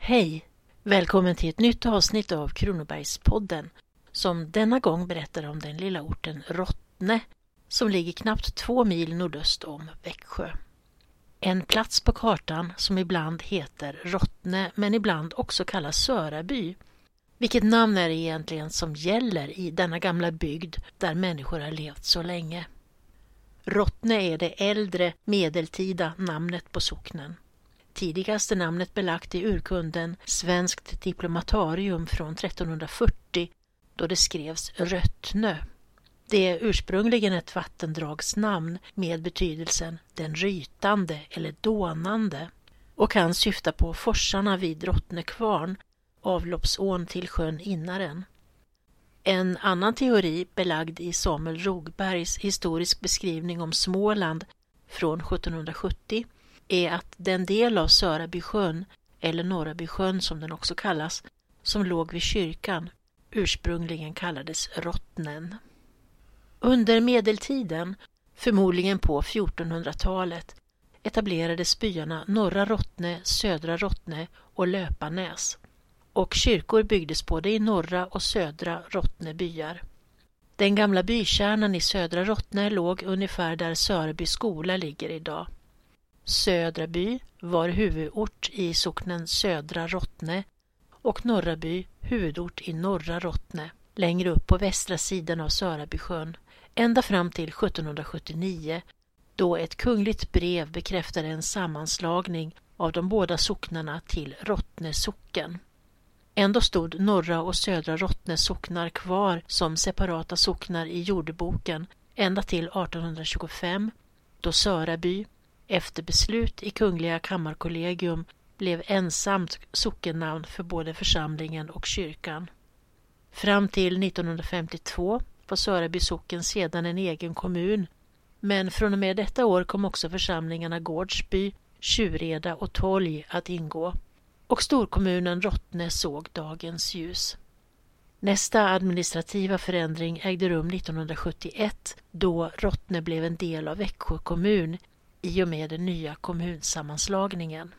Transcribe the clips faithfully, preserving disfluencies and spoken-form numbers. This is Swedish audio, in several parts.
Hej! Välkommen till ett nytt avsnitt av Kronobergspodden som denna gång berättar om den lilla orten Rottne som ligger knappt två mil nordöst om Växjö. En plats på kartan som ibland heter Rottne men ibland också kallas Söraby. Vilket namn är det egentligen som gäller i denna gamla bygd där människor har levt så länge? Rottne är det äldre medeltida namnet på socknen. Tidigaste namnet belagt i urkunden Svenskt diplomatarium från trettonhundrafyrtio då det skrevs Röttnö. Det är ursprungligen ett vattendragsnamn med betydelsen den rytande eller dånande och kan syfta på forsarna vid Rottne kvarn, avloppsån till sjön Innaren. En annan teori belagd i Samuel Rogbergs historisk beskrivning om Småland från sjuttonhundrasjuttio är att den del av Sörabysjön, eller Norrabysjön som den också kallas, som låg vid kyrkan ursprungligen kallades Rottnen. Under medeltiden, förmodligen på fjortonhundratalet, etablerades byarna Norra Rottne, Södra Rottne och Löpanäs. Och kyrkor byggdes både i norra och södra Rottne byar. Den gamla bykärnan i Södra Rottne låg ungefär där Söraby skola ligger idag. Södra by var huvudort i socknen Södra Rottne och Norra by huvudort i Norra Rottne, längre upp på västra sidan av Sörabysjön, ända fram till sjuttonhundrasjuttionio då ett kungligt brev bekräftade en sammanslagning av de båda socknarna till Rottne socken. Ändå stod norra och södra Rottne socknar kvar som separata socknar i jordeboken ända till artonhundratjugofem då Söraby, efter beslut i Kungliga kammarkollegium, blev ensamt sockennamn för både församlingen och kyrkan. Fram till nittonhundrafemtiotvå var Söraby socken sedan en egen kommun, men från och med detta år kom också församlingarna Gårdsby, Tjureda och Tolj att ingå. Och storkommunen Rottne såg dagens ljus. Nästa administrativa förändring ägde rum nittonhundrasjuttioett då Rottne blev en del av Växjö kommun i och med den nya kommunsammanslagningen.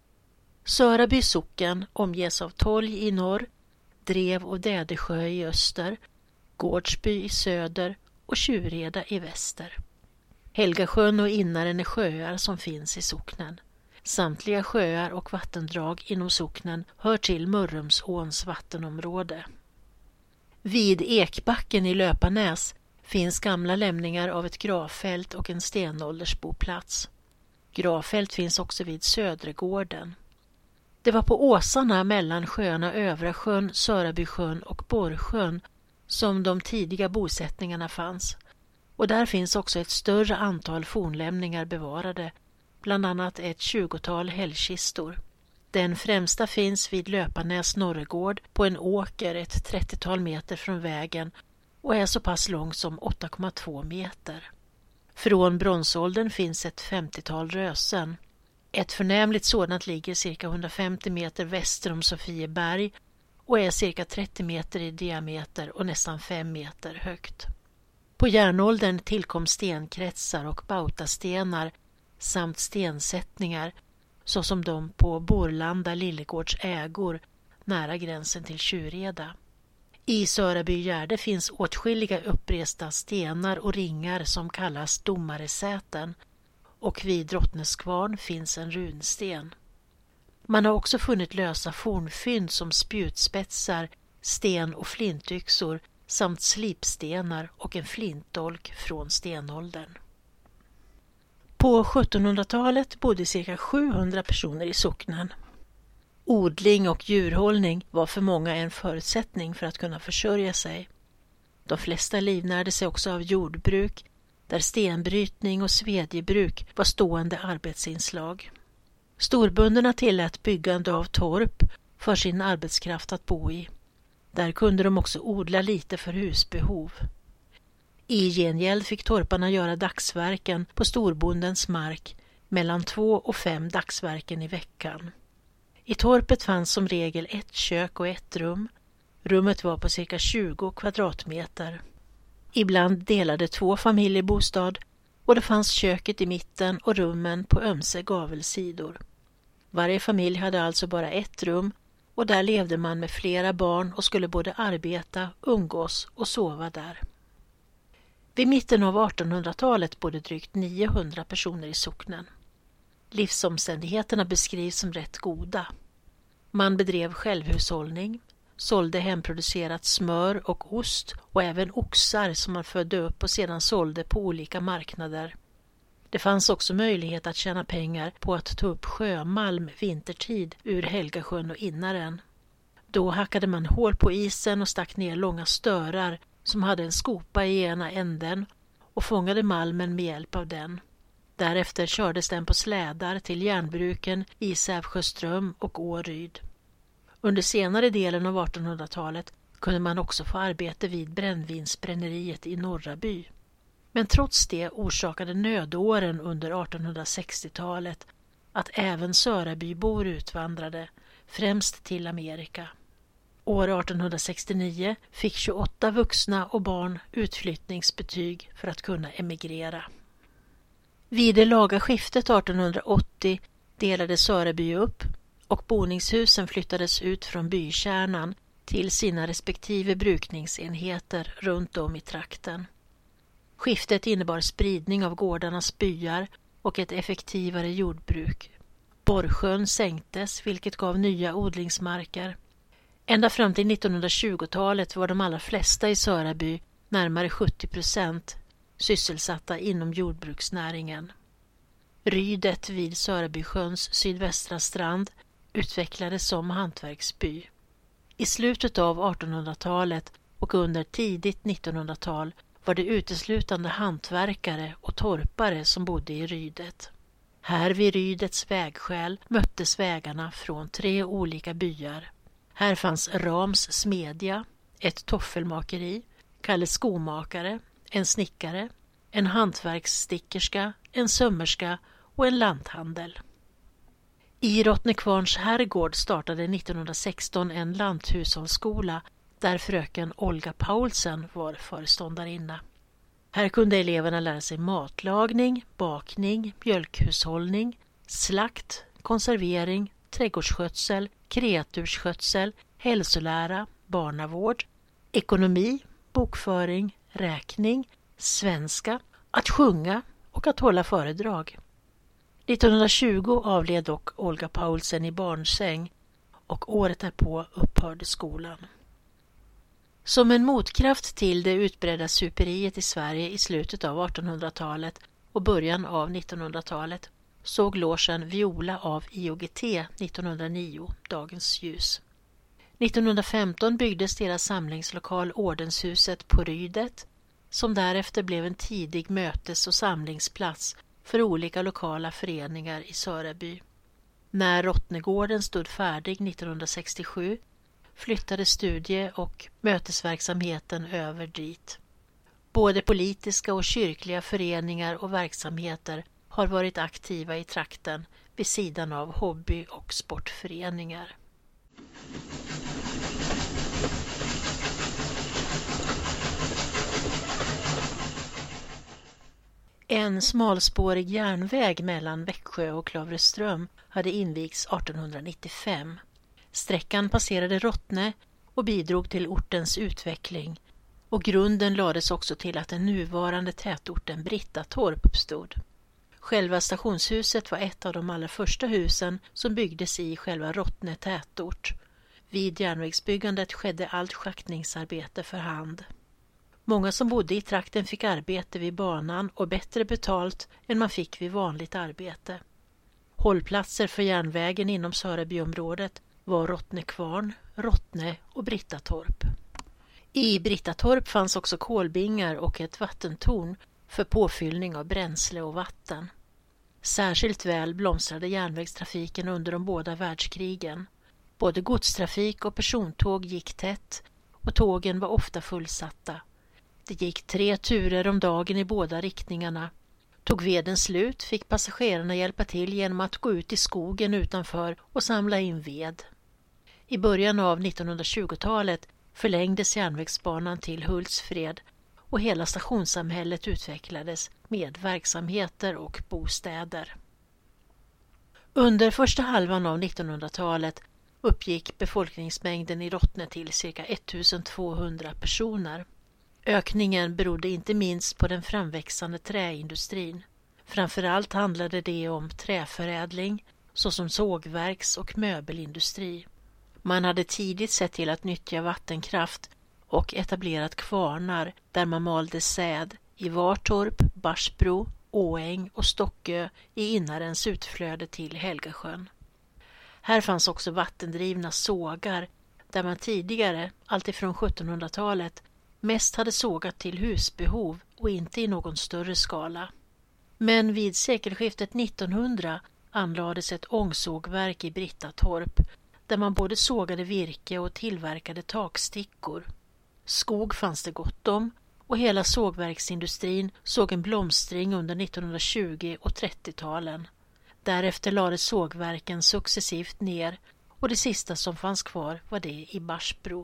Söraby socken omges av Tolj i norr, Drev och Dädersjö i öster, Gårdsby i söder och Tjureda i väster. Helgasjön och Innaren är sjöar som finns i socknen. Samtliga sjöar och vattendrag inom socknen hör till Mörrumsåns vattenområde. Vid Ekbacken i Löpanäs finns gamla lämningar av ett gravfält och en stenåldersboplats. Gravfält finns också vid Södregården. Det var på åsarna mellan sjöarna Övrasjön, Sörabysjön och Borrsjön som de tidiga bosättningarna fanns. Och där finns också ett större antal fornlämningar bevarade, bland annat ett tjugotal hällkistor. Den främsta finns vid Löpanäs norregård på en åker ett trettiotal meter från vägen och är så pass lång som åtta komma två meter. Från bronsåldern finns ett femtiotal rösen. Ett förnämligt sådant ligger cirka hundrafemtio meter väster om Sofieberg och är cirka trettio meter i diameter och nästan fem meter högt. På järnåldern tillkom stenkretsar och bautastenar samt stensättningar såsom de på Borlanda Lillegårds ägor nära gränsen till Tjureda. I Sörabygärde finns åtskilliga uppresta stenar och ringar som kallas domaresäten och vid Rottneskvarn finns en runsten. Man har också funnit lösa fornfynd som spjutspetsar, sten- och flintyxor samt slipstenar och en flintdolk från stenåldern. På sjuttonhundratalet bodde cirka sjuhundra personer i socknen. Odling och djurhållning var för många en förutsättning för att kunna försörja sig. De flesta livnärde sig också av jordbruk, där stenbrytning och svedjebruk var stående arbetsinslag. Storbönderna tillät byggande av torp för sin arbetskraft att bo i. Där kunde de också odla lite för husbehov. I gengäld fick torparna göra dagsverken på storbondens mark mellan två och fem dagsverken i veckan. I torpet fanns som regel ett kök och ett rum. Rummet var på cirka tjugo kvadratmeter. Ibland delade två familjer bostad och det fanns köket i mitten och rummen på ömse gavelsidor. Varje familj hade alltså bara ett rum och där levde man med flera barn och skulle både arbeta, umgås och sova där. Vid mitten av artonhundratalet bodde drygt niohundra personer i socknen. Livsomständigheterna beskrivs som rätt goda. Man bedrev självhushållning, sålde hemproducerat smör och ost och även oxar som man födde upp och sedan sålde på olika marknader. Det fanns också möjlighet att tjäna pengar på att ta upp sjömalm vintertid ur Helgasjön och Innaren. Då hackade man hål på isen och stack ner långa störar som hade en skopa i ena änden och fångade malmen med hjälp av den. Därefter kördes den på slädar till järnbruken i Sävsjöström och Åryd. Under senare delen av artonhundratalet kunde man också få arbete vid brännvinsbränneriet i Norraby. Men trots det orsakade nödåren under artonhundrasextiotalet att även Sörabybor utvandrade, främst till Amerika. År artonhundrasextionio fick tjugoåtta vuxna och barn utflyttningsbetyg för att kunna emigrera. Vid det laga skiftet artonhundraåttio delades Söraby upp och boningshusen flyttades ut från bykärnan till sina respektive brukningsenheter runt om i trakten. Skiftet innebar spridning av gårdarnas byar och ett effektivare jordbruk. Borrsjön sänktes, vilket gav nya odlingsmarker. Ända fram till nittonhundratjugotalet var de allra flesta i Söraby, närmare sjuttio procent, sysselsatta inom jordbruksnäringen. Rydet vid Sörabysjöns sydvästra strand utvecklades som hantverksby. I slutet av artonhundratalet och under tidigt nittonhundratal var det uteslutande hantverkare och torpare som bodde i Rydet. Här vid Rydets vägskäl möttes vägarna från tre olika byar. Här fanns Rams smedja, ett toffelmakeri, Kalle skomakare, en snickare, en hantverksstickerska, en sömmerska och en lanthandel. I Rottnekvarns herrgård startade nittonhundrasexton en lanthushållsskola där fröken Olga Paulsen var föreståndarinna. Här kunde eleverna lära sig matlagning, bakning, mjölkhushållning, slakt, konservering, trädgårdsskötsel, kreatursskötsel, hälsolära, barnavård, ekonomi, bokföring, räkning, svenska, att sjunga och att hålla föredrag. nittonhundratjugo avled dock Olga Paulsen i barnsäng och året därpå upphörde skolan. Som en motkraft till det utbredda superiet i Sverige i slutet av artonhundratalet och början av nittonhundratalet såg logen Viola av I O G T nittonhundranio dagens ljus. nittonhundrafemton byggdes deras samlingslokal Ordenshuset på Rydet, som därefter blev en tidig mötes- och samlingsplats för olika lokala föreningar i Söraby. När Rottnegården stod färdig nittonhundrasextiosju flyttade studie- och mötesverksamheten över dit. Både politiska och kyrkliga föreningar och verksamheter har varit aktiva i trakten vid sidan av hobby- och sportföreningar. En smalspårig järnväg mellan Växjö och Klavreström hade invigts artonhundranittiofem. Sträckan passerade Rottne och bidrog till ortens utveckling, och grunden lades också till att den nuvarande tätorten Brittatorp uppstod. Själva stationshuset var ett av de allra första husen som byggdes i själva Rottne tätort. Vid järnvägsbyggandet skedde allt schaktningsarbete för hand. Många som bodde i trakten fick arbete vid banan och bättre betalt än man fick vid vanligt arbete. Hållplatser för järnvägen inom Sörabyområdet var Rottnekvarn, Rottne och Brittatorp. I Brittatorp fanns också kolbingar och ett vattentorn för påfyllning av bränsle och vatten. Särskilt väl blomstrade järnvägstrafiken under de båda världskrigen. Både godstrafik och persontåg gick tätt och tågen var ofta fullsatta. Det gick tre turer om dagen i båda riktningarna. Tog veden slut fick passagerarna hjälpa till genom att gå ut i skogen utanför och samla in ved. I början av nittonhundratjugotalet förlängdes järnvägsbanan till Hultsfred och hela stationssamhället utvecklades med verksamheter och bostäder. Under första halvan av nittonhundratalet uppgick befolkningsmängden i Rottne till cirka ettusentvåhundra personer. Ökningen berodde inte minst på den framväxande träindustrin. Framförallt handlade det om träförädling, såsom sågverks- och möbelindustri. Man hade tidigt sett till att nyttja vattenkraft och etablerat kvarnar där man malde säd i Vartorp, Barsbro, Åäng och Stockö i Inarens utflöde till Helgasjön. Här fanns också vattendrivna sågar där man tidigare, alltifrån sjuttonhundratalet, mest hade sågat till husbehov och inte i någon större skala. Men vid sekelskiftet nittonhundra anlades ett ångsågverk i Brittatorp där man både sågade virke och tillverkade takstickor. Skog fanns det gott om och hela sågverksindustrin såg en blomstring under nittonhundratjugo- och trettio-talen. Därefter lades sågverken successivt ner och det sista som fanns kvar var det i Barsbro.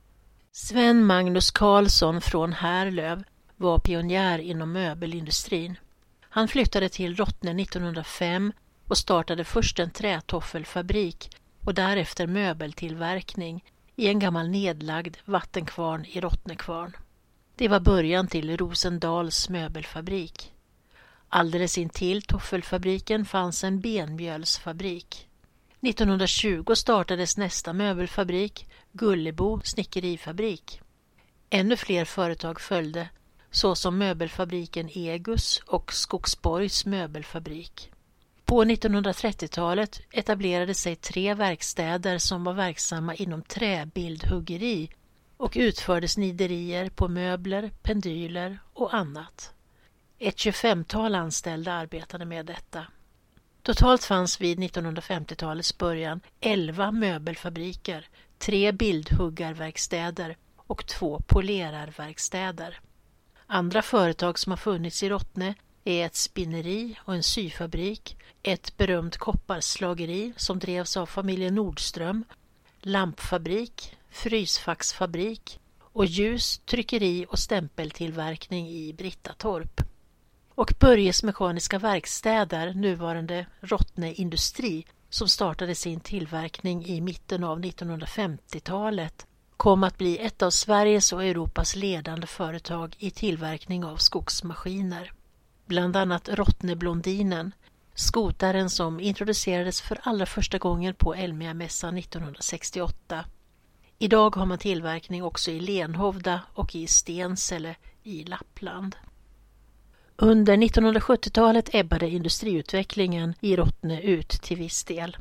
Sven Magnus Karlsson från Härlöv var pionjär inom möbelindustrin. Han flyttade till Rottne nittonhundrafem och startade först en trätoffelfabrik och därefter möbeltillverkning i en gammal nedlagd vattenkvarn i Rottnekvarn. Det var början till Rosendals möbelfabrik. Alldeles intill toffelfabriken fanns en benmjölsfabrik. nittonhundratjugo startades nästa möbelfabrik, Gullebo snickerifabrik. Ännu fler företag följde, såsom möbelfabriken Egus och Skogsborgs möbelfabrik. På nittonhundratrettiotalet etablerade sig tre verkstäder som var verksamma inom träbildhuggeri och utförde sniderier på möbler, pendyler och annat. Ett tjugofemtal anställda arbetade med detta. Totalt fanns vid nittonhundrafemtiotalets början elva möbelfabriker, tre bildhuggarverkstäder och två polerarverkstäder. Andra företag som har funnits i Rottne är ett spinneri och en syfabrik, ett berömt kopparslageri som drevs av familjen Nordström, lampfabrik, frysfaxfabrik och ljus, tryckeri och stämpeltillverkning i Brittatorp. Och Börjes mekaniska verkstäder, nuvarande Rottne Industri, som startade sin tillverkning i mitten av nittonhundrafemtiotalet, kom att bli ett av Sveriges och Europas ledande företag i tillverkning av skogsmaskiner. Bland annat Rottneblondinen, skotaren som introducerades för allra första gången på Elmia-mässan nittonhundrasextioåtta. Idag har man tillverkning också i Lenhovda och i Stensele i Lappland. Under nittonhundrasjuttiotalet ebbade industriutvecklingen i Rottne ut till viss del.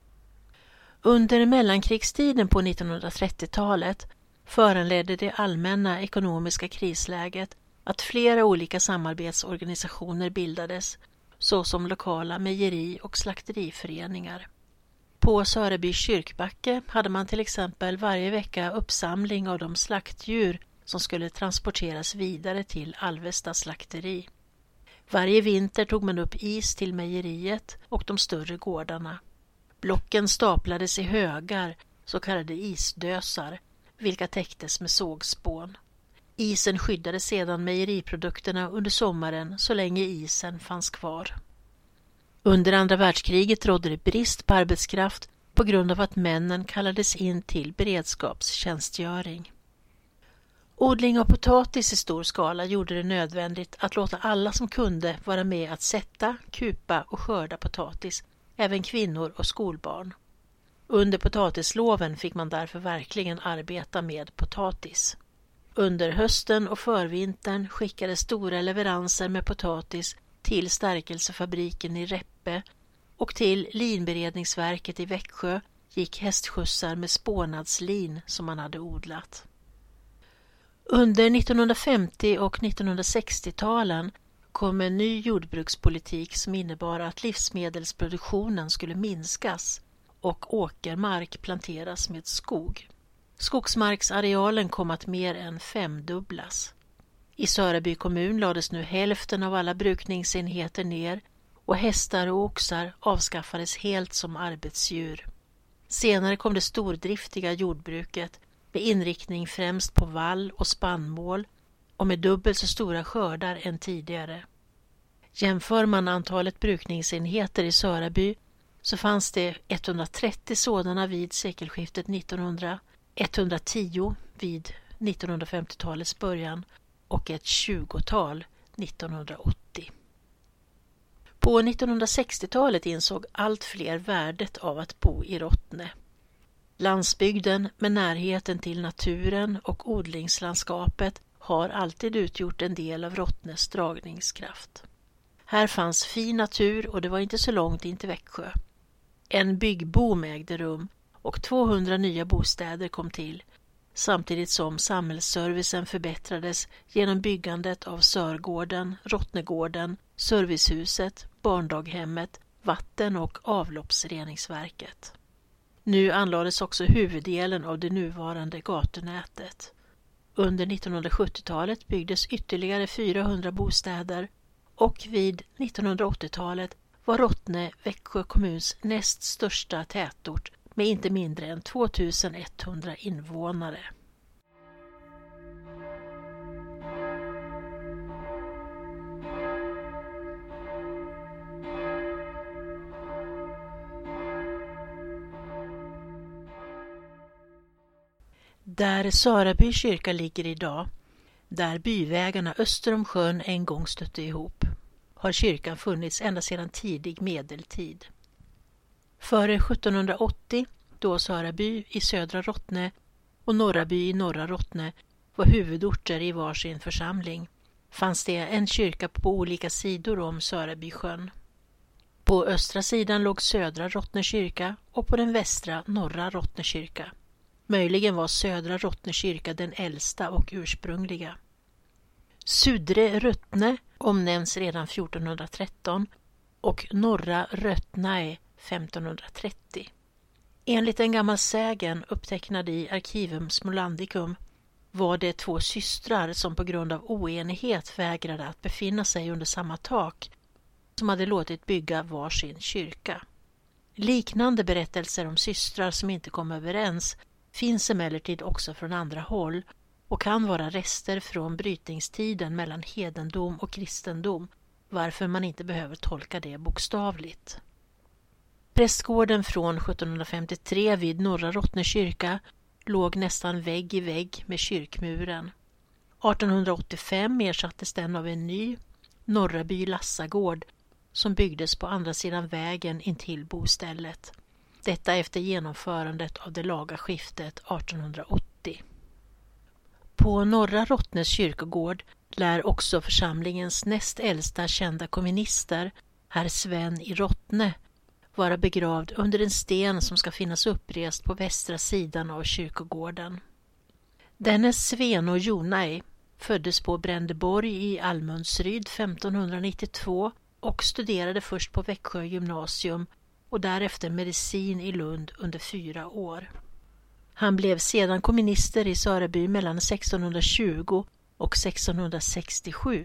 Under mellankrigstiden på nittonhundratrettiotalet föranledde det allmänna ekonomiska krisläget att flera olika samarbetsorganisationer bildades, såsom lokala mejeri- och slakteriföreningar. På Söreby kyrkbacke hade man till exempel varje vecka uppsamling av de slaktdjur som skulle transporteras vidare till Alvesta slakteri. Varje vinter tog man upp is till mejeriet och de större gårdarna. Blocken staplades i högar, så kallade isdösar, vilka täcktes med sågspån. Isen skyddade sedan mejeriprodukterna under sommaren så länge isen fanns kvar. Under andra världskriget rådde det brist på arbetskraft på grund av att männen kallades in till beredskapstjänstgöring. Odling av potatis i stor skala gjorde det nödvändigt att låta alla som kunde vara med att sätta, kupa och skörda potatis, även kvinnor och skolbarn. Under potatisloven fick man därför verkligen arbeta med potatis. Under hösten och förvintern skickades stora leveranser med potatis till stärkelsefabriken i Räppe och till linberedningsverket i Växjö gick hästskjutsar med spånadslin som man hade odlat. Under nittonhundrafemtio- och nittonhundrasextio-talen kom en ny jordbrukspolitik som innebar att livsmedelsproduktionen skulle minskas och åkermark planteras med skog. Skogsmarksarealen kom att mer än femdubblas. I Söreby kommun lades nu hälften av alla brukningsenheter ner och hästar och oxar avskaffades helt som arbetsdjur. Senare kom det stordriftiga jordbruket med inriktning främst på vall och spannmål och med dubbelt så stora skördar än tidigare. Jämför man antalet brukningsenheter i Söreby så fanns det etthundratrettio sådana vid sekelskiftet nittonhundra, etthundratio vid nittonhundrafemtiotalets början och ett tjugotal nittonhundraåttio. På nittonhundrasextiotalet insåg allt fler värdet av att bo i Rottne. Landsbygden med närheten till naturen och odlingslandskapet har alltid utgjort en del av Rottnes dragningskraft. Här fanns fin natur och det var inte så långt in till Växjö. En byggboom ägde rum och tvåhundra nya bostäder kom till, samtidigt som samhällsservicen förbättrades genom byggandet av Sörgården, Rottnegården, servicehuset, barndaghemmet, vatten- och avloppsreningsverket. Nu anlades också huvuddelen av det nuvarande gatunätet. Under nittonhundrasjuttiotalet byggdes ytterligare fyrahundra bostäder och vid nittonhundraåttiotalet var Rottne Växjö kommuns näst största tätort med inte mindre än tvåtusenetthundra invånare. Där Söraby kyrka ligger idag, där byvägarna öster om sjön en gång stötte ihop, har kyrkan funnits ända sedan tidig medeltid. Före sjuttonhundraåttio, då Söraby i södra Rottne och Norraby i norra Rottne var huvudorter i varsin församling, fanns det en kyrka på olika sidor om Sörabysjön. På östra sidan låg södra Rottne kyrka och på den västra norra Rottne kyrka. Möjligen var södra Rottne kyrka den äldsta och ursprungliga. Sudre Röttne omnämns redan fjortonhundratretton och norra Röttnae femtonhundratrettio. Enligt en gammal sägen upptecknad i Archivum Smolandicum var det två systrar som på grund av oenighet vägrade att befinna sig under samma tak som hade låtit bygga varsin kyrka. Liknande berättelser om systrar som inte kom överens finns emellertid också från andra håll och kan vara rester från brytningstiden mellan hedendom och kristendom, varför man inte behöver tolka det bokstavligt. Prästgården från sjuttonhundrafemtiotre vid norra Rottne kyrka låg nästan vägg i vägg med kyrkmuren. artonhundraåttiofem ersattes den av en ny, Norraby Lassagård, som byggdes på andra sidan vägen intill bostället. Detta efter genomförandet av det laga skiftet artonhundraåttio. På norra Rottnes kyrkogård lär också församlingens näst äldsta kända kommunister, herr Sven i Rottne, vara begravd under en sten som ska finnas upprest på västra sidan av kyrkogården. Denne Sven och Jonai föddes på Brändeborg i Almundsryd femtonhundranittiotvå och studerade först på Växjö gymnasium och därefter medicin i Lund under fyra år. Han blev sedan komminister i Söraby mellan sextonhundratjugo och sextonhundrasextiosju.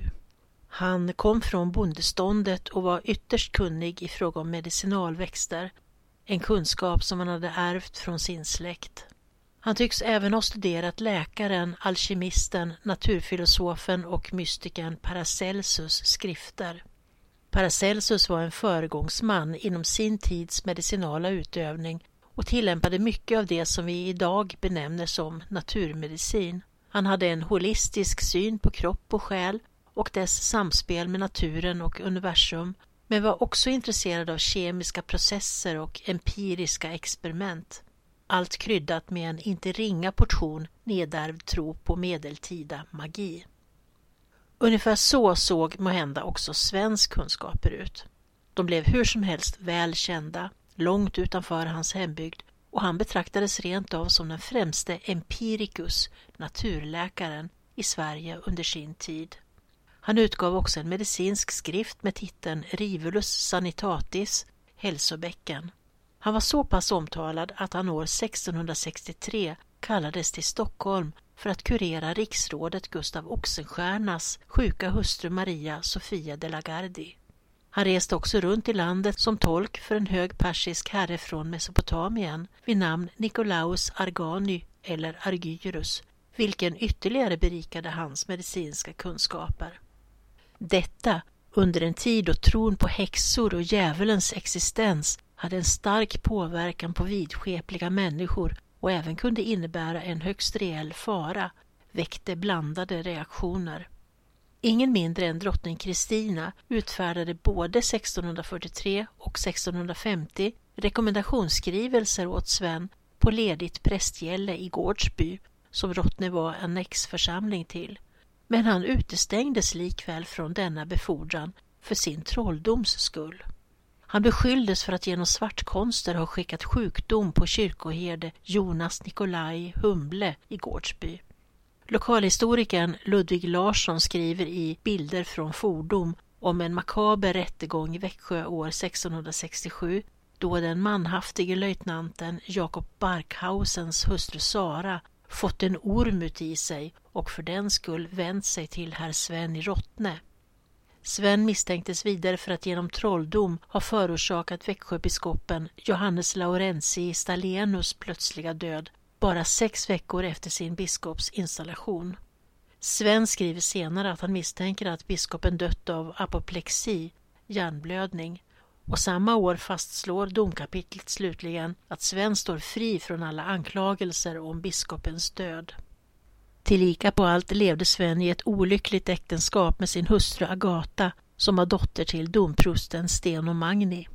Han kom från bondeståndet och var ytterst kunnig i fråga om medicinalväxter, en kunskap som han hade ärvt från sin släkt. Han tycks även ha studerat läkaren, alkemisten, naturfilosofen och mystikern Paracelsus skrifter. Paracelsus var en föregångsman inom sin tids medicinala utövning och tillämpade mycket av det som vi idag benämner som naturmedicin. Han hade en holistisk syn på kropp och själ och dess samspel med naturen och universum, men var också intresserad av kemiska processer och empiriska experiment. Allt kryddat med en inte ringa portion nedärvd tro på medeltida magi. Ungefär så såg måhända också svensk kunskaper ut. De blev hur som helst väl kända, långt utanför hans hembygd, och han betraktades rent av som den främste empiricus, naturläkaren, i Sverige under sin tid. Han utgav också en medicinsk skrift med titeln Rivulus Sanitatis, hälsobäcken. Han var så pass omtalad att han år sextonhundrasextiotre kallades till Stockholm för att kurera riksrådet Gustav Oxenstiernas sjuka hustru Maria Sofia de la Gardie. Han reste också runt i landet som tolk för en hög persisk herre från Mesopotamien vid namn Nikolaus Argany eller Argyrus, vilken ytterligare berikade hans medicinska kunskaper. Detta under en tid då tron på häxor och djävulens existens hade en stark påverkan på vidskepliga människor och även kunde innebära en högst reell fara, väckte blandade reaktioner. Ingen mindre än drottning Kristina utfärdade både sextonhundrafyrtiotre och sextonhundrafemtio rekommendationsskrivelser åt Sven på ledigt prästgälle i Gårdsby, som Rottne var annexförsamling till. Men han utestängdes likväl från denna befordran för sin trolldoms skull. Han beskylldes för att genom svartkonster ha skickat sjukdom på kyrkoherde Jonas Nikolaj Humble i Gårdsby. Lokalhistorikern Ludvig Larsson skriver i Bilder från fordom om en makaber rättegång i Växjö år sextonhundrasextiosju, då den manhaftige löjtnanten Jakob Barkhausens hustru Sara fått en orm ut i sig och för den skull vänt sig till herr Sven i Rottne. Sven misstänktes vidare för att genom trolldom ha förorsakat Växjöbiskopen Johannes Laurentii Stalenus plötsliga död bara sex veckor efter sin biskopsinstallation. Sven skriver senare att han misstänker att biskopen dött av apoplexi, hjärnblödning, och samma år fastslår domkapitlet slutligen att Sven står fri från alla anklagelser om biskopens död. Tillika på allt levde Sven i ett olyckligt äktenskap med sin hustru Agata, som var dotter till domprosten Steno Magni.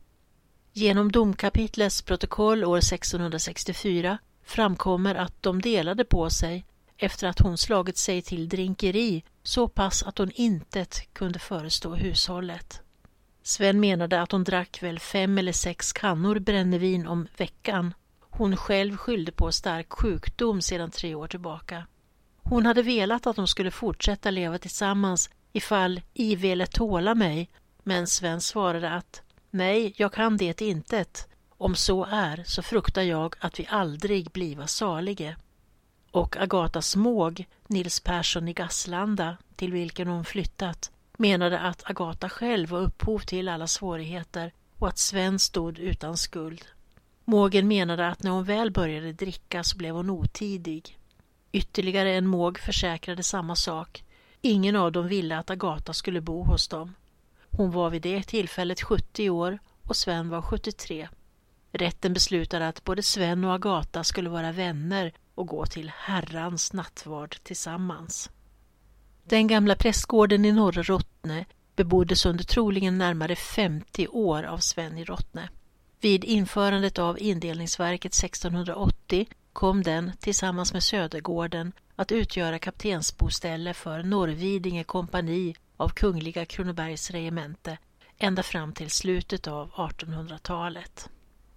Genom domkapitlets protokoll år sextonhundrasextiofyra framkommer att de delade på sig efter att hon slagit sig till drinkeri så pass att hon intet kunde förestå hushållet. Sven menade att hon drack väl fem eller sex kannor brännevin om veckan. Hon själv skyllde på stark sjukdom sedan tre år tillbaka. Hon hade velat att de skulle fortsätta leva tillsammans ifall I ville tåla mig, men Sven svarade att nej, jag kan det intet. Om så är så fruktar jag att vi aldrig bliva salige. Och Agatas måg, Nils Persson i Gasslanda, till vilken hon flyttat, menade att Agata själv var upphov till alla svårigheter och att Sven stod utan skuld. Mågen menade att när hon väl började dricka så blev hon otidig. Ytterligare en måg försäkrade samma sak. Ingen av dem ville att Agata skulle bo hos dem. Hon var vid det tillfället sjuttio år och Sven var sjuttiotre. Rätten beslutade att både Sven och Agata skulle vara vänner och gå till Herrans nattvard tillsammans. Den gamla prästgården i norra Rottne beboddes under troligen närmare femtio år av Sven i Rottne. Vid införandet av indelningsverket sextonhundraåttio kom den tillsammans med Södergården att utgöra kaptensboställe för Norrvidinge kompani av Kungliga Kronobergs regemente ända fram till slutet av artonhundratalet.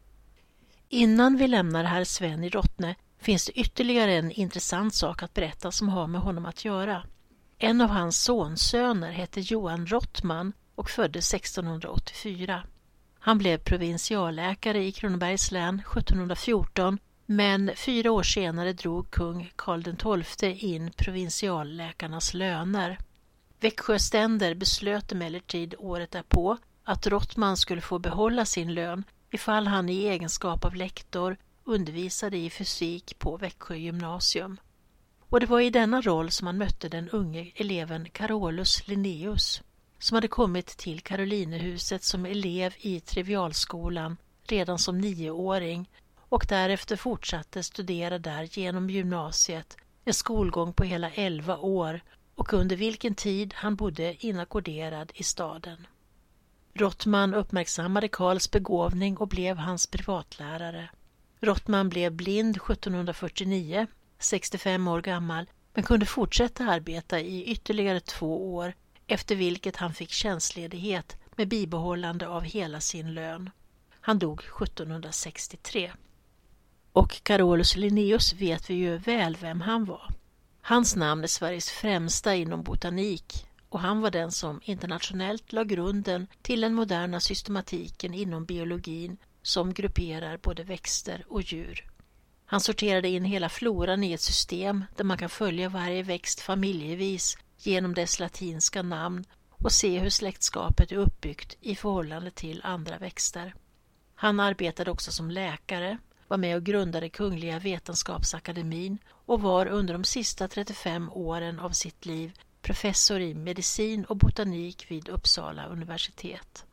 Innan vi lämnar herr Sven i Rottne finns det ytterligare en intressant sak att berätta som har med honom att göra. En av hans sonsöner hette Johan Rottman och föddes sextonhundraåttiofyra. Han blev provinsialläkare i Kronobergs län sjuttonhundrafjorton, men fyra år senare drog kung Karl den tolfte in provinsialläkarnas löner. Växjö ständer beslöt emellertid året därpå att Rottman skulle få behålla sin lön ifall han i egenskap av lektor undervisade i fysik på Växjö gymnasium. Och det var i denna roll som han mötte den unge eleven Carolus Linnaeus, som hade kommit till Karolinehuset som elev i trivialskolan redan som nioåring och därefter fortsatte studera där genom gymnasiet, en skolgång på hela elva år och under vilken tid han bodde inackorderad i staden. Rottman uppmärksammade Karls begåvning och blev hans privatlärare. Rottman blev blind sjuttonhundrafyrtionio, sextiofem år gammal, men kunde fortsätta arbeta i ytterligare två år, efter vilket han fick tjänstledighet med bibehållande av hela sin lön. Han dog sjuttonhundrasextiotre. Och Carolus Linnaeus vet vi ju väl vem han var. Hans namn är Sveriges främsta inom botanik och han var den som internationellt la grunden till den moderna systematiken inom biologin som grupperar både växter och djur. Han sorterade in hela floran i ett system där man kan följa varje växt familjevis genom dess latinska namn och se hur släktskapet är uppbyggt i förhållande till andra växter. Han arbetade också som läkare, var med och grundade Kungliga Vetenskapsakademin och var under de sista trettiofem åren av sitt liv professor i medicin och botanik vid Uppsala universitet.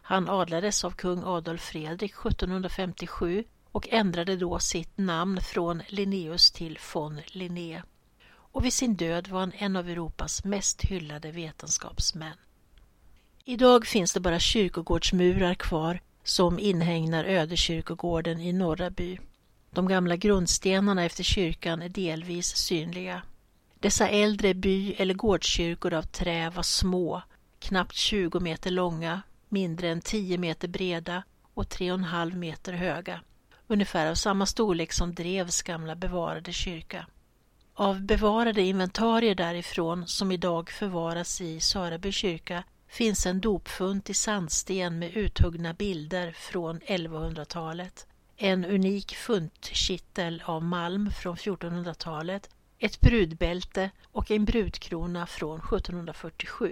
Han adlades av kung Adolf Fredrik sjuttonhundrafemtiosju och ändrade då sitt namn från Linnaeus till von Linné. Och vid sin död var han en av Europas mest hyllade vetenskapsmän. Idag finns det bara kyrkogårdsmurar kvar som inhägnar Ödekyrkogården i Norraby. De gamla grundstenarna efter kyrkan är delvis synliga. Dessa äldre by- eller gårdskyrkor av trä var små, knappt tjugo meter långa, mindre än tio meter breda och tre och en halv meter höga. Ungefär av samma storlek som Drevs gamla bevarade kyrka. Av bevarade inventarier därifrån som idag förvaras i Söraby kyrka finns en dopfunt i sandsten med uthuggna bilder från elvahundratalet, en unik funtkittel av malm från fjortonhundratalet, ett brudbälte och en brudkrona från sjuttonhundrafyrtiosju.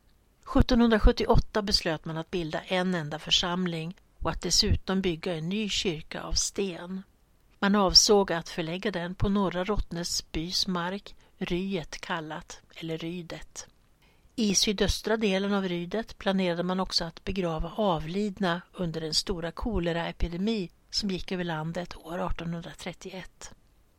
sjuttonhundrasjuttioåtta beslöt man att bilda en enda församling och att dessutom bygga en ny kyrka av sten. Man avsåg att förlägga den på norra Rottnes bys mark, Ryet kallat, eller Rydet. I sydöstra delen av Rydet planerade man också att begrava avlidna under den stora koleraepidemi som gick över landet år artonhundratrettioett.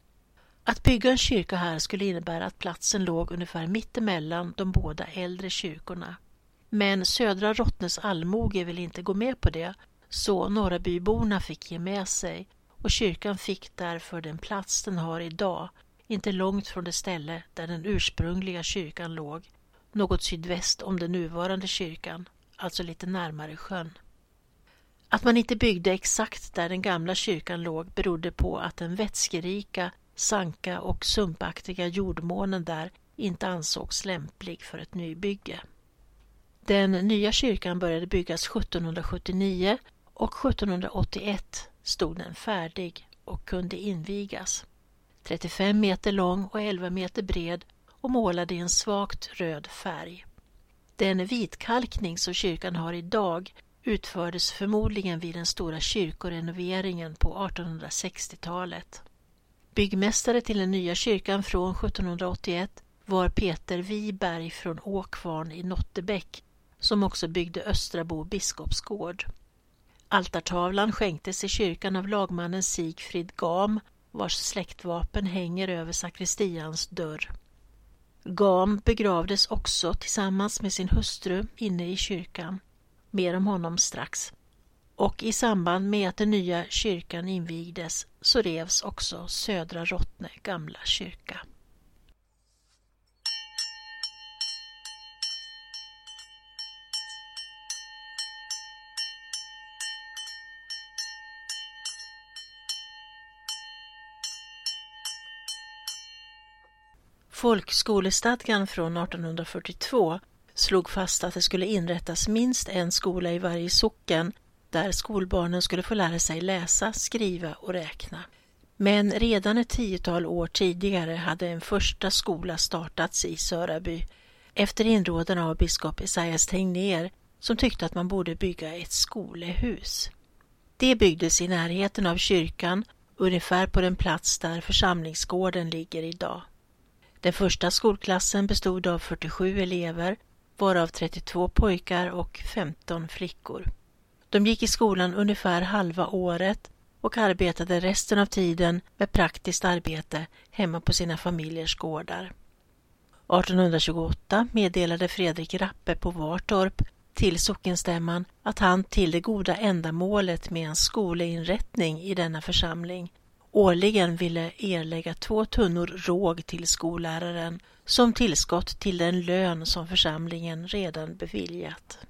Att bygga en kyrka här skulle innebära att platsen låg ungefär mittemellan de båda äldre kyrkorna. Men södra Rottnes allmoge ville inte gå med på det, så Norrabyborna fick ge med sig och kyrkan fick därför den plats den har idag, inte långt från det ställe där den ursprungliga kyrkan låg, något sydväst om den nuvarande kyrkan, alltså lite närmare sjön. Att man inte byggde exakt där den gamla kyrkan låg berodde på att den vätskerika, sanka och sumpaktiga jordmånen där inte ansågs lämplig för ett nybygge. Den nya kyrkan började byggas sjuttonhundrasjuttionio och sjuttonhundraåttioett stod den färdig och kunde invigas. trettiofem meter lång och elva meter bred och målade i en svagt röd färg. Den vitkalkning som kyrkan har idag utfördes förmodligen vid den stora kyrkorenoveringen på artonhundrasextiotalet. Byggmästare till den nya kyrkan från sjuttonhundraåttioett var Peter Wiberg från Åkvarn i Nottebäck, som också byggde Östrabo biskopsgård. Altartavlan skänktes i kyrkan av lagmannen Sigfrid Gam, vars släktvapen hänger över sakristians dörr. Gam begravdes också tillsammans med sin hustru inne i kyrkan. Mer om honom strax. Och i samband med att den nya kyrkan invigdes så revs också södra Rottne gamla kyrka. Folkskolestadgan från artonhundrafyrtiotvå slog fast att det skulle inrättas minst en skola i varje socken där skolbarnen skulle få lära sig läsa, skriva och räkna. Men redan ett tiotal år tidigare hade en första skola startats i Söraby efter inrådan av biskop Esaias Tegnér som tyckte att man borde bygga ett skolehus. Det byggdes i närheten av kyrkan, ungefär på den plats där församlingsgården ligger idag. Den första skolklassen bestod av fyrtiosju elever, varav trettiotvå pojkar och femton flickor. De gick i skolan ungefär halva året och arbetade resten av tiden med praktiskt arbete hemma på sina familjers gårdar. artonhundratjugoåtta meddelade Fredrik Rappe på Vartorp till sockenstämman att han till det goda ändamålet med en skoleinrättning i denna församling årligen ville erlägga två tunnor råg till skolläraren som tillskott till den lön som församlingen redan beviljat.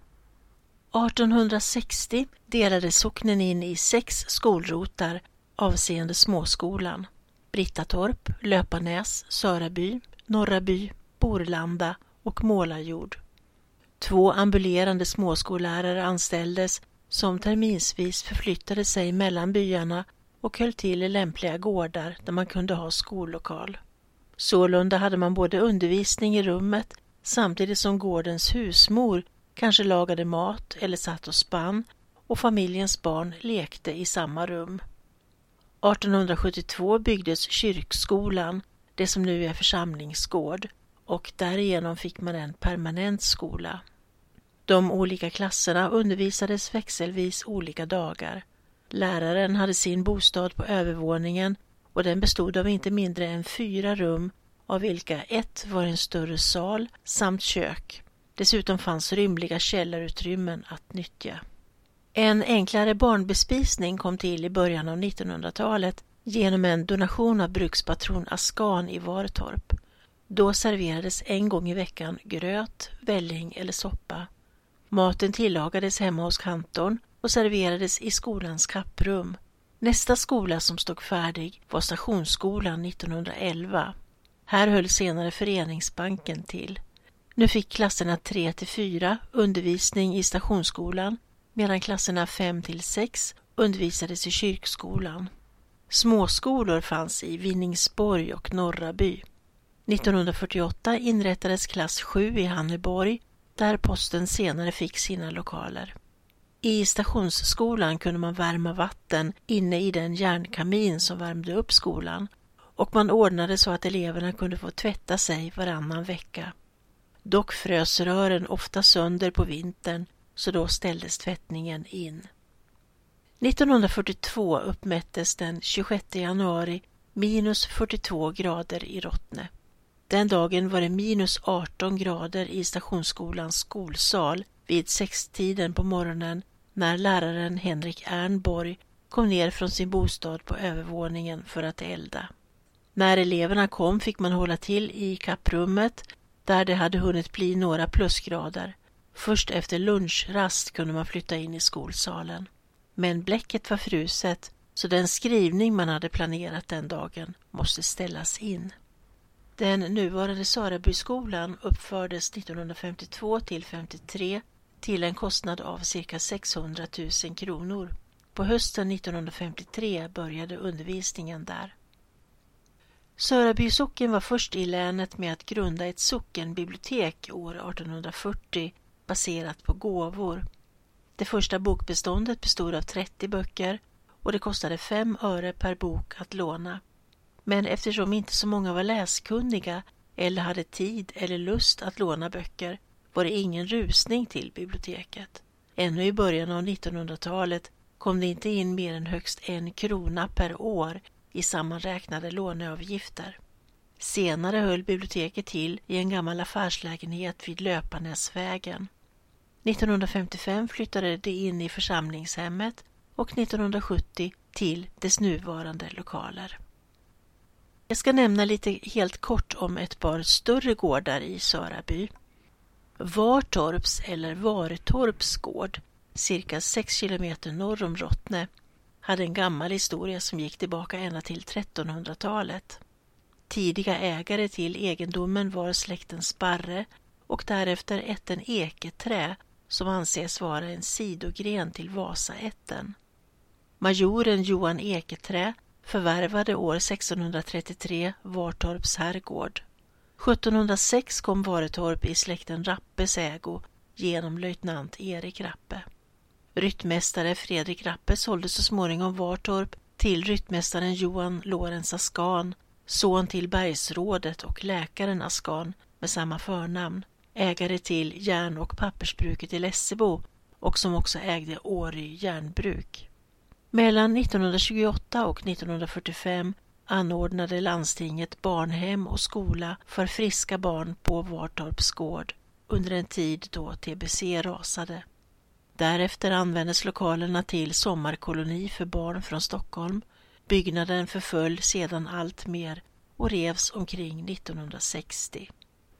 artonhundrasextio delade socknen in i sex skolrotar avseende småskolan: Brittatorp, Löpanäs, Söraby, Norraby, Borlanda och Målarjord. Två ambulerande småskollärare anställdes som terminsvis förflyttade sig mellan byarna och höll till i lämpliga gårdar där man kunde ha skollokal. Sålunda hade man både undervisning i rummet samtidigt som gårdens husmor kanske lagade mat eller satt och spann och familjens barn lekte i samma rum. artonhundrasjuttiotvå byggdes kyrkskolan, det som nu är församlingsgård, och därigenom fick man en permanent skola. De olika klasserna undervisades växelvis olika dagar. Läraren hade sin bostad på övervåningen och den bestod av inte mindre än fyra rum, av vilka ett var en större sal samt kök. Dessutom fanns rymliga källarutrymmen att nyttja. En enklare barnbespisning kom till i början av nittonhundratalet genom en donation av brukspatron Askan i Vartorp. Då serverades en gång i veckan gröt, välling eller soppa. Maten tillagades hemma hos kantorn och serverades i skolans kapprum. Nästa skola som stod färdig var Stationsskolan nittonhundraelva. Här höll senare Föreningsbanken till. Nu fick klasserna tre till fyra undervisning i Stationsskolan, medan klasserna fem till sex undervisades i kyrkskolan. Småskolor fanns i Vinningsborg och Norraby. nittonhundrafyrtioåtta inrättades klass sju i Hanneborg, där posten senare fick sina lokaler. I Stationsskolan kunde man värma vatten inne i den järnkamin som värmde upp skolan, och man ordnade så att eleverna kunde få tvätta sig varannan vecka. Dock frös rören ofta sönder på vintern, så då ställdes tvättningen in. nittonhundrafyrtiotvå uppmättes den tjugosjätte januari minus fyrtiotvå grader i Rottne. Den dagen var det minus arton grader i Stationsskolans skolsal vid sextiden på morgonen när läraren Henrik Ernborg kom ner från sin bostad på övervåningen för att elda. När eleverna kom fick man hålla till i kapprummet där det hade hunnit bli några plusgrader. Först efter lunchrast kunde man flytta in i skolsalen. Men bläcket var fruset, så den skrivning man hade planerat den dagen måste ställas in. Den nuvarande Sörabyskolan uppfördes nittonhundrafemtiotvå till femtiotre till en kostnad av cirka sexhundratusen kronor. På hösten nittonhundrafemtiotre började undervisningen där. Söraby socken var först i länet med att grunda ett sockenbibliotek år artonhundrafyrtio baserat på gåvor. Det första bokbeståndet bestod av trettio böcker och det kostade fem öre per bok att låna. Men eftersom inte så många var läskunniga eller hade tid eller lust att låna böcker var det ingen rusning till biblioteket. Ännu i början av nittonhundratalet kom det inte in mer än högst en krona per år i sammanräknade låneavgifter. Senare höll biblioteket till i en gammal affärslägenhet vid Löpanäsvägen. nittonhundrafemtiofem flyttade det in i församlingshemmet och nittonhundrasjuttio till dess nuvarande lokaler. Jag ska nämna lite helt kort om ett par större gårdar i Söraby. Vartorps eller Varetorps gård, cirka sex kilometer norr om Rottne, hade en gammal historia som gick tillbaka ända till trettonhundratalet. Tidiga ägare till egendomen var släkten Sparre och därefter ätten Eketrä som anses vara en sidogren till Vasaätten. Majoren Johan Eketrä förvärvade år sextonhundratrettiotre Vartorps herrgård. sjuttonhundrasex kom Varetorp i släkten Rappes ägo genom löjtnant Erik Rappe. Ryttmästare Fredrik Rappe sålde så småningom Vartorp till ryttmästaren Johan Lorenz Askan, son till bergsrådet och läkaren Askan med samma förnamn, ägare till järn- och pappersbruket i Lessebo och som också ägde Åry järnbruk. Mellan nittonhundratjugoåtta och nittonhundrafyrtiofem anordnade landstinget barnhem och skola för friska barn på Vartorps gård under en tid då T B C rasade. Därefter användes lokalerna till sommarkoloni för barn från Stockholm. Byggnaden förföll sedan allt mer och revs omkring nittonhundrasextio.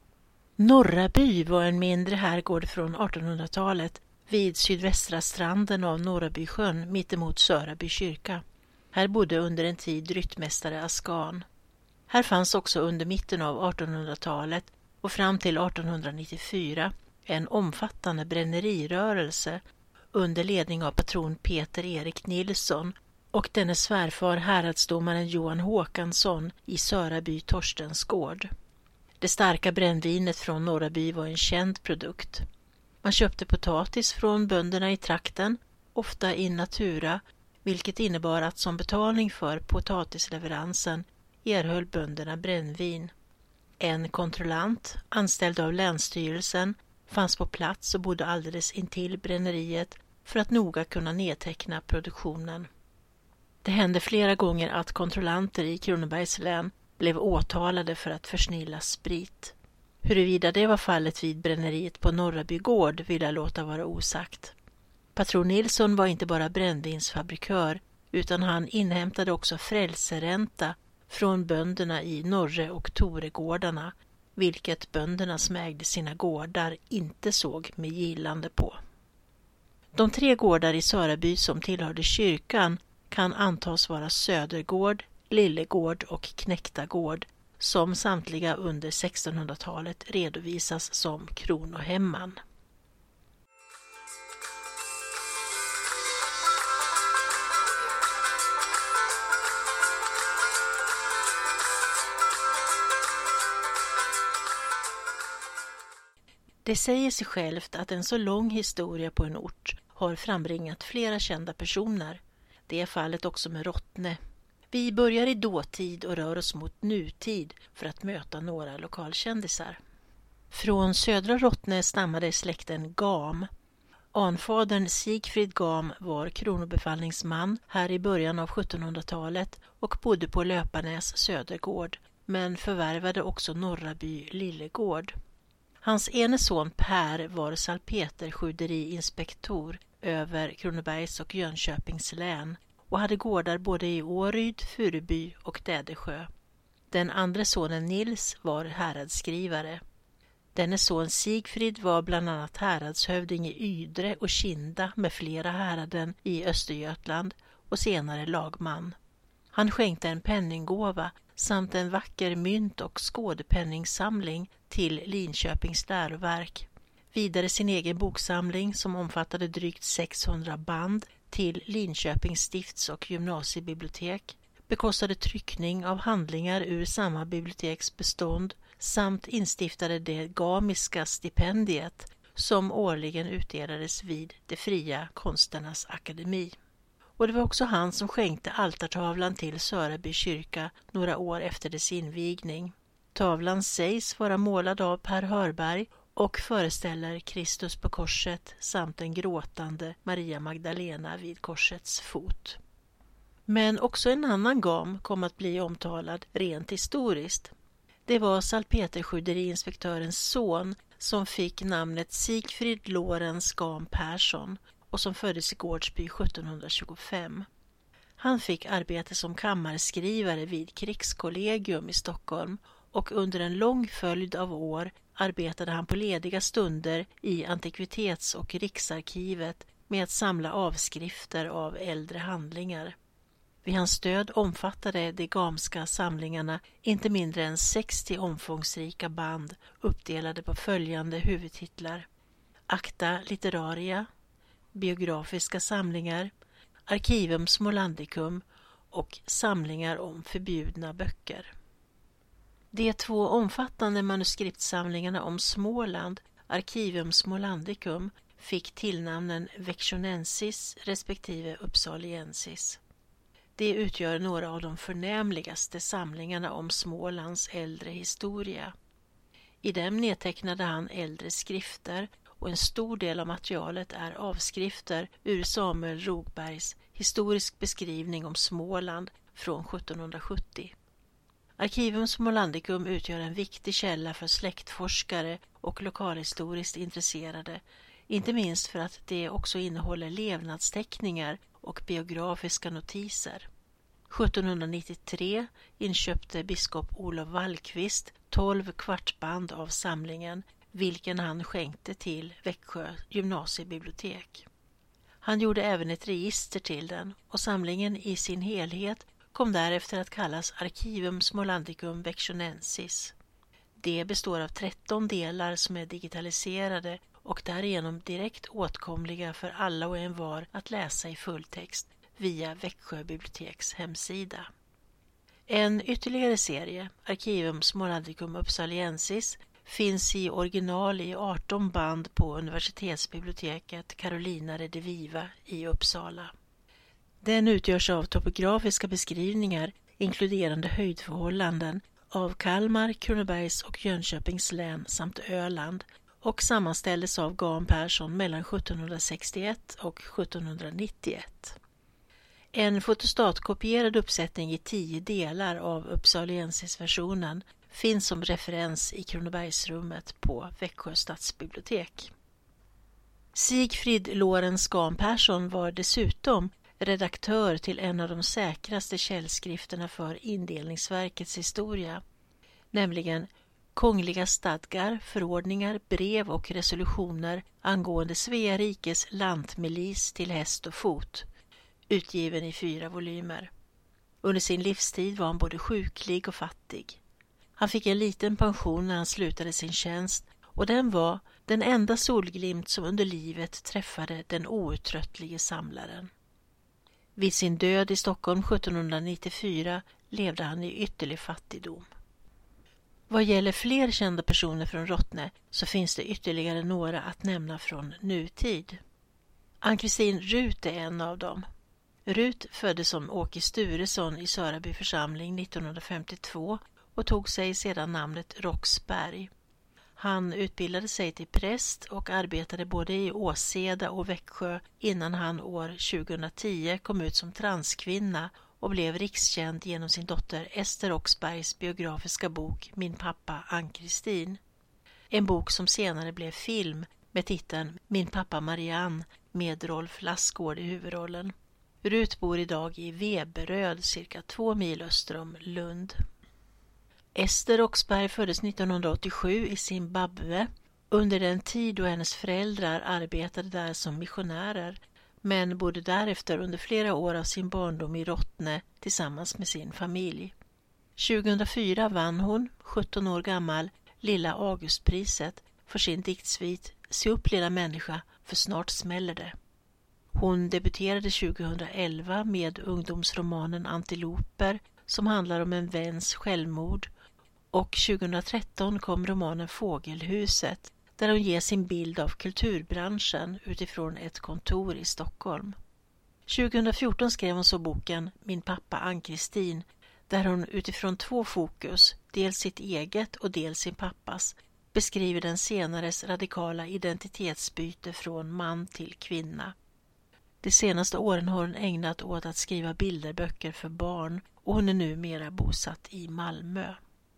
Norraby var en mindre herrgård från artonhundratalet vid sydvästra stranden av Norrabysjön mittemot Söraby kyrka. Här bodde under en tid ryttmästare Askan. Här fanns också under mitten av artonhundratalet och fram till artonhundranittiofyra en omfattande brännerirörelse under ledning av patron Peter Erik Nilsson och denne svärfar häradsdomaren Johan Håkansson i Söraby Torstensgård. Det starka brännvinet från Norraby var en känd produkt. Man köpte potatis från bönderna i trakten, ofta in natura, vilket innebar att som betalning för potatisleveransen erhöll bönderna brännvin. En kontrollant, anställd av länsstyrelsen, fanns på plats och bodde alldeles intill bränneriet för att noga kunna nedteckna produktionen. Det hände flera gånger att kontrollanter i Kronobergs län blev åtalade för att försnilla sprit. Huruvida det var fallet vid bränneriet på Norraby gård vill jag låta vara osagt. Patron Nilsson var inte bara brännvinsfabrikör utan han inhämtade också frälseränta från bönderna i Norre- och Toregårdarna, vilket bönderna som ägde sina gårdar inte såg med gillande på. De tre gårdar i Söraby som tillhörde kyrkan kan antas vara Södergård, Lillegård och Knäktagård, som samtliga under sextonhundratalet redovisas som kronohemman. Det säger sig självt att en så lång historia på en ort har frambringat flera kända personer. Det är fallet också med Rottne. Vi börjar i dåtid och rör oss mot nutid för att möta några lokalkändisar. Från södra Rottne stammade släkten Gam. Anfadern Sigfrid Gam var kronobefallningsman här i början av sjuttonhundratalet och bodde på Löparnäs Södergård, men förvärvade också Norraby Lillegård. Hans ene son Per var salpeterskjuderiinspektor över Kronobergs och Jönköpings län och hade gårdar både i Åryd, Furuby och Dädersjö. Den andra sonen Nils var häradsskrivare. Denne son Sigfrid var bland annat häradshövding i Ydre och Kinda med flera häraden i Östergötland och senare lagman. Han skänkte en penninggåva samt en vacker mynt- och skådepenningssamling till Linköpings läroverk. Vidare sin egen boksamling som omfattade drygt sexhundra band till Linköpings stifts- och gymnasiebibliotek, bekostade tryckning av handlingar ur samma biblioteks bestånd samt instiftade det gamiska stipendiet som årligen utdelades vid de fria konsternas akademi. Och det var också han som skänkte altartavlan till Söraby kyrka några år efter dess invigning. Tavlan sägs vara målad av Per Hörberg och föreställer Kristus på korset samt den gråtande Maria Magdalena vid korsets fot. Men också en annan Gam kom att bli omtalad rent historiskt. Det var salpeterskjuderiinspektörens son som fick namnet Sigfrid Lorenz Gam Persson och som föddes i Gårdsby sjuttonhundratjugofem. Han fick arbete som kammarskrivare vid Krigskollegium i Stockholm och under en lång följd av år arbetade han på lediga stunder i Antikvitets- och Riksarkivet med att samla avskrifter av äldre handlingar. Vid hans stöd omfattade de gamska samlingarna inte mindre än sextio omfångsrika band uppdelade på följande huvudtitlar: Acta Literaria, biografiska samlingar, Archivum Smålandicum och samlingar om förbjudna böcker. De två omfattande manuskriptsamlingarna om Småland, Archivum Smålandicum, fick tillnamnen Vectionensis respektive Uppsaliensis. Det utgör några av de förnämligaste samlingarna om Smålands äldre historia. I dem nedtecknade han äldre skrifter och en stor del av materialet är avskrifter ur Samuel Rogbergs historisk beskrivning om Småland från sjuttonhundrasjuttio. Archivum Smålandicum utgör en viktig källa för släktforskare och lokalhistoriskt intresserade, inte minst för att det också innehåller levnadsteckningar och biografiska notiser. sjuttonhundranittiotre inköpte biskop Olof Wallqvist tolv kvartband av samlingen, vilken han skänkte till Växjö gymnasiebibliotek. Han gjorde även ett register till den och samlingen i sin helhet kom därefter att kallas Archivum Smålandicum Vectionensis. Det består av tretton delar som är digitaliserade och därigenom direkt åtkomliga för alla och envar att läsa i fulltext via Växjö biblioteks hemsida. En ytterligare serie, Archivum Smålandicum Uppsaliensis, finns i original i arton band på universitetsbiblioteket Carolina Rediviva i Uppsala. Den utgörs av topografiska beskrivningar inkluderande höjdförhållanden av Kalmar, Kronobergs och Jönköpings län samt Öland och sammanställdes av Gan Persson mellan sjuttonhundrasextioett och sjuttonhundranittioett. En fotostatkopierad uppsättning i tio delar av Uppsaliensis-versionen finns som referens i Kronobergsrummet på Växjö stadsbibliotek. Sigfrid Lorenz Gan Persson var dessutom redaktör till en av de säkraste källskrifterna för indelningsverkets historia, nämligen Kungliga stadgar, förordningar, brev och resolutioner angående Svea rikes lantmilis till häst och fot, utgiven i fyra volymer. Under sin livstid var han både sjuklig och fattig. Han fick en liten pension när han slutade sin tjänst, och den var den enda solglimt som under livet träffade den outtröttlige samlaren. Vid sin död i Stockholm sjuttonhundranittiofyra levde han i ytterlig fattigdom. Vad gäller fler kända personer från Rottne så finns det ytterligare några att nämna från nutid. Ann-Kristin Rut är en av dem. Rut föddes som Åke Sturesson i Söraby församling nittonhundrafemtiotvå och tog sig sedan namnet Roxberg. Han utbildade sig till präst och arbetade både i Åseda och Växjö innan han år tjugohundratio kom ut som transkvinna och blev rikskänd genom sin dotter Ester Roxbergs biografiska bok Min pappa Ann-Kristin. En bok som senare blev film med titeln Min pappa Marianne med Rolf Lassgård i huvudrollen. Rut bor idag i Veberöd, cirka två mil öster om Lund. Ester Roxberg föddes nittonhundraåttiosju i Zimbabwe under den tid då hennes föräldrar arbetade där som missionärer, men bodde därefter under flera år av sin barndom i Rottne tillsammans med sin familj. tjugohundrafyra vann hon, sjutton år gammal, Lilla Augustpriset för sin diktsvit Se upp lilla människa, för snart smäller det. Hon debuterade tjugohundraelva med ungdomsromanen Antiloper som handlar om en väns självmord, och tjugohundratretton kom romanen Fågelhuset där hon ger sin bild av kulturbranschen utifrån ett kontor i Stockholm. tjugohundrafjorton skrev hon så boken Min pappa Ann-Kristin där hon utifrån två fokus, dels sitt eget och dels sin pappas, beskriver den senares radikala identitetsbyte från man till kvinna. De senaste åren har hon ägnat åt att skriva bilderböcker för barn och hon är numera bosatt i Malmö.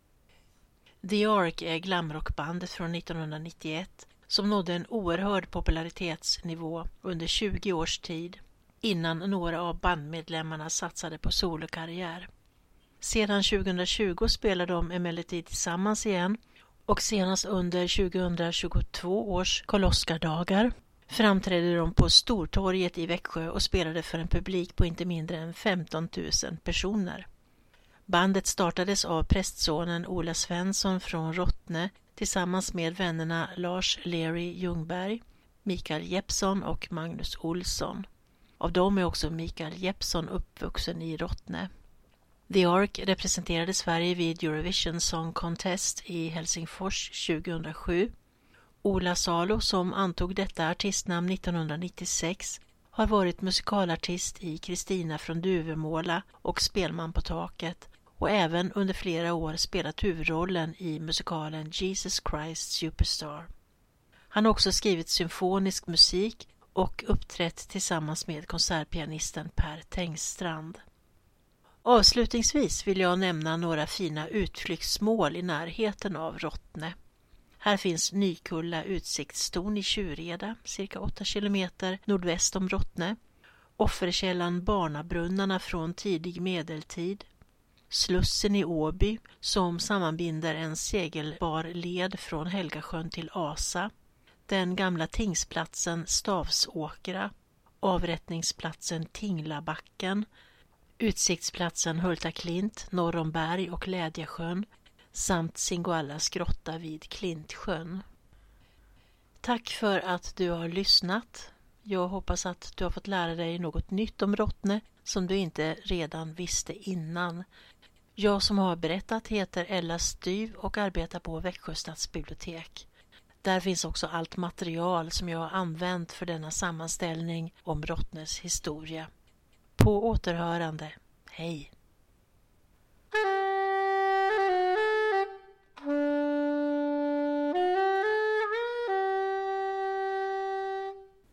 The Ark är glamrockbandet från nittonhundranittioett som nådde en oerhörd popularitetsnivå under tjugo års tid innan några av bandmedlemmarna satsade på solokarriär. Sedan tjugohundratjugo spelar de emellertid tillsammans igen och senast under tjugohundratjugotvå års Karl-Oskar-dagar framträdde de på Stortorget i Växjö och spelade för en publik på inte mindre än femton tusen personer. Bandet startades av prästsonen Ola Svensson från Rottne tillsammans med vännerna Lars Leary Ljungberg, Mikael Jeppsson och Magnus Olsson. Av dem är också Mikael Jeppsson uppvuxen i Rottne. The Ark representerade Sverige vid Eurovision Song Contest i Helsingfors tjugohundrasju. Ola Salo, som antog detta artistnamn nittonhundranittiosex, har varit musikalartist i Kristina från Duvemåla och Spelman på taket och även under flera år spelat huvudrollen i musikalen Jesus Christ Superstar. Han har också skrivit symfonisk musik och uppträtt tillsammans med konsertpianisten Per Tengstrand. Avslutningsvis vill jag nämna några fina utflyktsmål i närheten av Rottne. Här finns Nykulla utsiktstorn i Tjureda, cirka åtta kilometer nordväst om Rottne. Offerkällan Barnabrunnarna från tidig medeltid. Slussen i Åby som sammanbinder en segelbar led från Helgasjön till Asa. Den gamla tingsplatsen Stavsåkra. Avrättningsplatsen Tinglabacken. Utsiktsplatsen Hulta Klint norr om Berg och Lädjasjön samt Singoallas grotta vid Klintsjön. Tack för att du har lyssnat. Jag hoppas att du har fått lära dig något nytt om Rottne som du inte redan visste innan. Jag som har berättat heter Ella Styv och arbetar på Växjö stadsbibliotek. Där finns också allt material som jag har använt för denna sammanställning om Rottnes historia. På återhörande. Hej!